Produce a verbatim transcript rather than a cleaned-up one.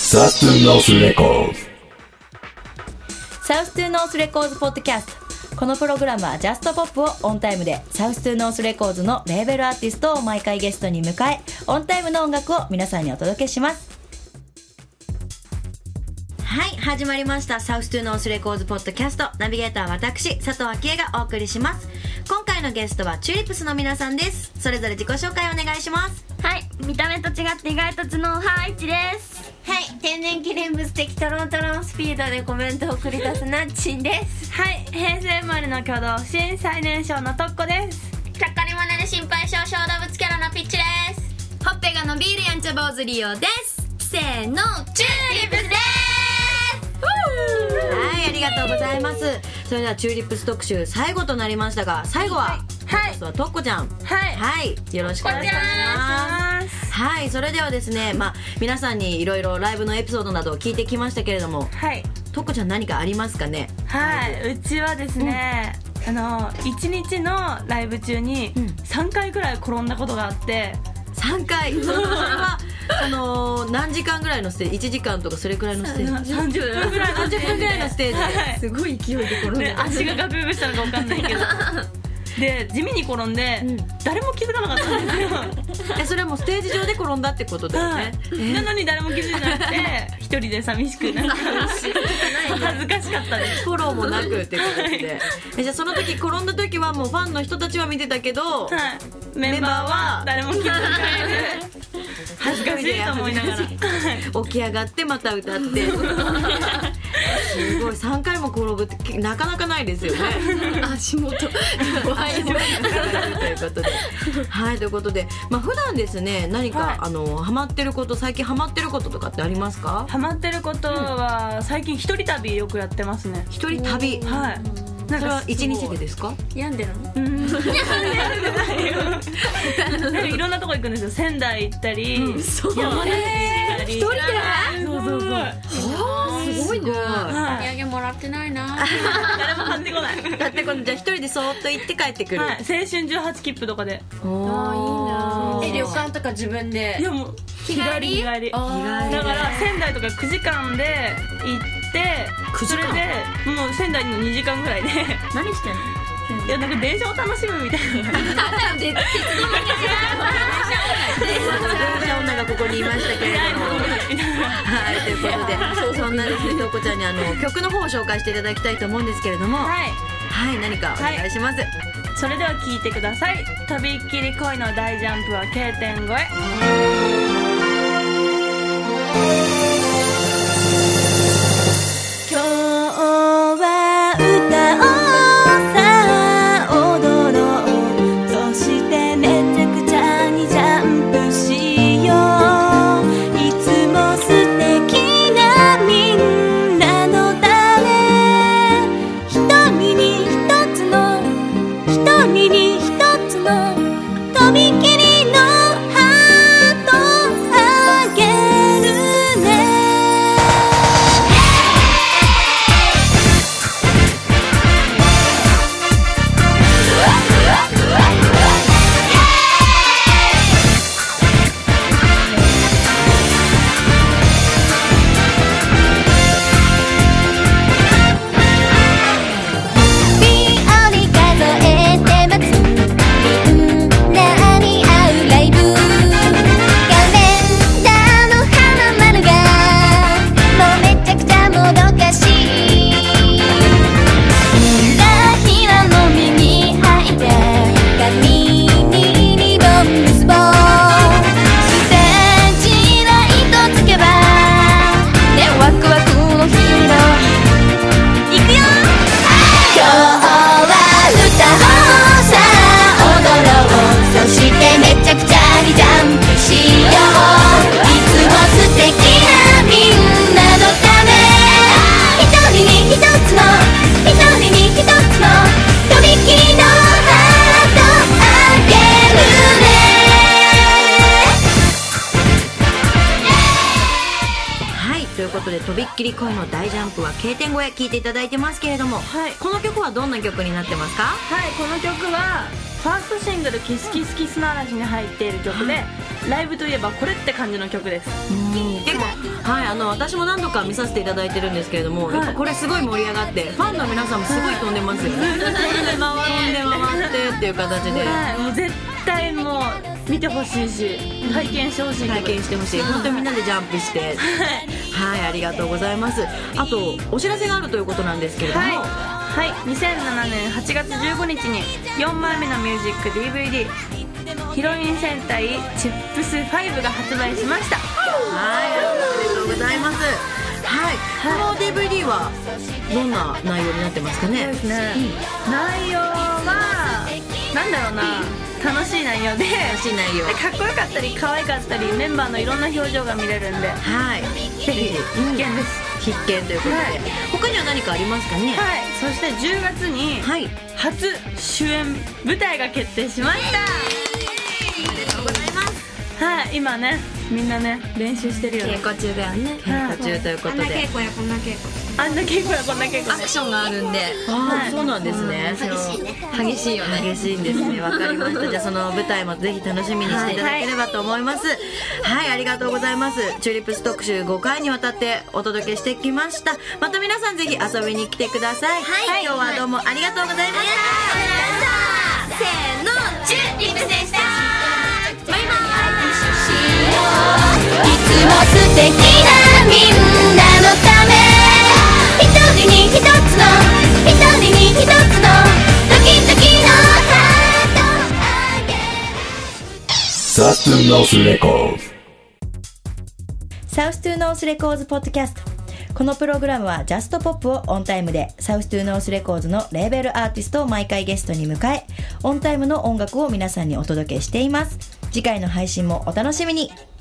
サウストゥーノースレコーズサウストゥーノースレコーズポッドキャスト。このプログラムはジャストポップをオンタイムでサウストゥーノースレコーズのレーベルアーティストを毎回ゲストに迎え、オンタイムの音楽を皆さんにお届けします。はい、始まりましたサウストゥーノースレコーズポッドキャスト。ナビゲーターは私佐藤昭恵がお送りします。今回のゲストはチューリップスの皆さんです。それぞれ自己紹介お願いします。 はい、見た目と違って意外と頭脳派いちです。 はい、天然記念物的トロントロンスピードでコメントを繰り出すなっちんです。 はい、平成生まれの挙動新最年少のとっこです。 ちゃっかり者で心配性小動物キャラのピッチです。 ほっぺが伸びるやんちゃ坊主リオです。せーの、 チューリップスです。 はい、ありがとうございます。それではチューリップス特集最後となりましたが、最後は、はい、まずはとっこちゃん、 はい、 はい、よろしくお願いします。はい、それではですね、まあ、皆さんにいろいろライブのエピソードなどを聞いてきましたけれども、 はい、 とっこちゃん何かありますかね。 はい、うちはですね、うん、あのいちにちのライブ中にさんかいぐらい転んだことがあって、 さんかいそれはその何時間ぐらいのステージ、いちじかんとかそれくらいのステージ、 さんじゅっぷんぐらいのさんじゅっぷんぐらいのステージで、 はい、 すごい勢いで転んで、 足がガクガクしたのか分かんないけどで地味に転んで、うん、誰も気づかなかったんですよ。 え、それはもうステージ上で転んだってことだよね、はい、えー、 なのに誰も気づいてなくて一人で寂しくなんか恥ずかしかったです。 フォローもなくってことで、はい、え、じゃあその時転んだ時はもうファンの人たちは見てたけど、 はい、メンバーは誰も気づかない恥ずかしいと思いながら起き上がってまた歌ってすごいさんかいも転ぶってなかなかないですよね。 足元怖いということで、はい、ということで、まあ、普段ですね、何か、はい、あのハマってること、最近ハマってることとかってありますか。 ハマってることは、うん、最近一人旅よくやってますね。 一人旅、 はい、 なんかそれはいちにちでですか。 病んでるの。 うん、病んでないよ。なんかいろんなとこ行くんですよ。仙台行ったり、うん、 そう、 山梨行ったり。 一人で。 そうそうそう。 はあ、すごいね。 お土産もらってないな。 誰も買ってこない。 買ってこない。じゃあ一人でそーっと行って帰ってくる。 はい、青春じゅうはち切符とかで。 ああ、いいな。え、旅館とか自分で。 いやもう日帰り日帰り。だから仙台とかくじかんで行って、それでもう仙台のにじかんぐらいで。 何してんの。 いや、なんか電車を楽しむみたいな。 電車女がここにいましたけれどもはい、ということで、そんなですね、とっこちゃんにあの曲の方を紹介していただきたいと思うんですけれども、はい、はい、何かお願いします。はい、 それでは聴いてください。とびっきり恋の大ジャンプは K 点越え。 今日は歌おうとびっきり恋の大ジャンプは K 点越え聴いていただいてますけれども、はい、この曲はどんな曲になってますか。 はい、この曲はファーストシングルキスキスキスの嵐に入っている曲で、ライブといえばこれって感じの曲です。 うん、結構はい、あの私も何度か見させていただいてるんですけれども、はい、やっぱこれすごい盛り上がってファンの皆さんもすごい飛んでますよね、はい、飛んで回ってっていう形で、 はい、もう絶対もう見てほしいし体験してほしい、 体験してほしい、本当にみんなでジャンプしてはい、ありがとうございます。あとお知らせがあるということなんですけれども、はい、 はい、にせんななねんはちがつじゅうごにちによんまいめのミュージック ディーブイディー ヒロイン戦隊チップスファイブが発売しました。 はい、ありがとうございます。はい、この ディーブイディー はどんな内容になってますかね。 そうですね、うん、内容はなんだろうな、楽しい内容で、 楽しい内容、 かっこよかったり可愛かったりメンバーのいろんな表情が見れるんで、 はい、 ぜひ必見です、 うん、必見ということで、はい、他には何かありますかね。 はい、そしてじゅうがつに初主演舞台が決定しました、はい、 ありがとうございます。 はい、今ねみんなね練習してるよね、 稽古中だよね、 稽古中ということで、 あんな稽古やこんな稽古、 あんな稽古やこんな稽古、 アクションがあるんで、 あ、はい、そうなんですね、 激しいね、 激しいよね、 激しいんですね、わかりました。じゃあその舞台もぜひ楽しみにしていただければと思います。はい、はい、ありがとうございます。チューリップス特集ごかいにわたってお届けしてきました。また皆さんぜひ遊びに来てください。はい、今日はどうもありがとうございました。 せーの、チューリップでした。バイバイ。 いつも素敵なみんなのため、一人に一つの一人に一つのドキドキのハートをあげる。 サウストゥーノースレコーズサウストゥーノースレコーズポッドキャスト。このプログラムはジャストポップをオンタイムでサウストゥーノースレコーズのレーベルアーティストを毎回ゲストに迎え、オンタイムの音楽を皆さんにお届けしています。次回の配信もお楽しみに。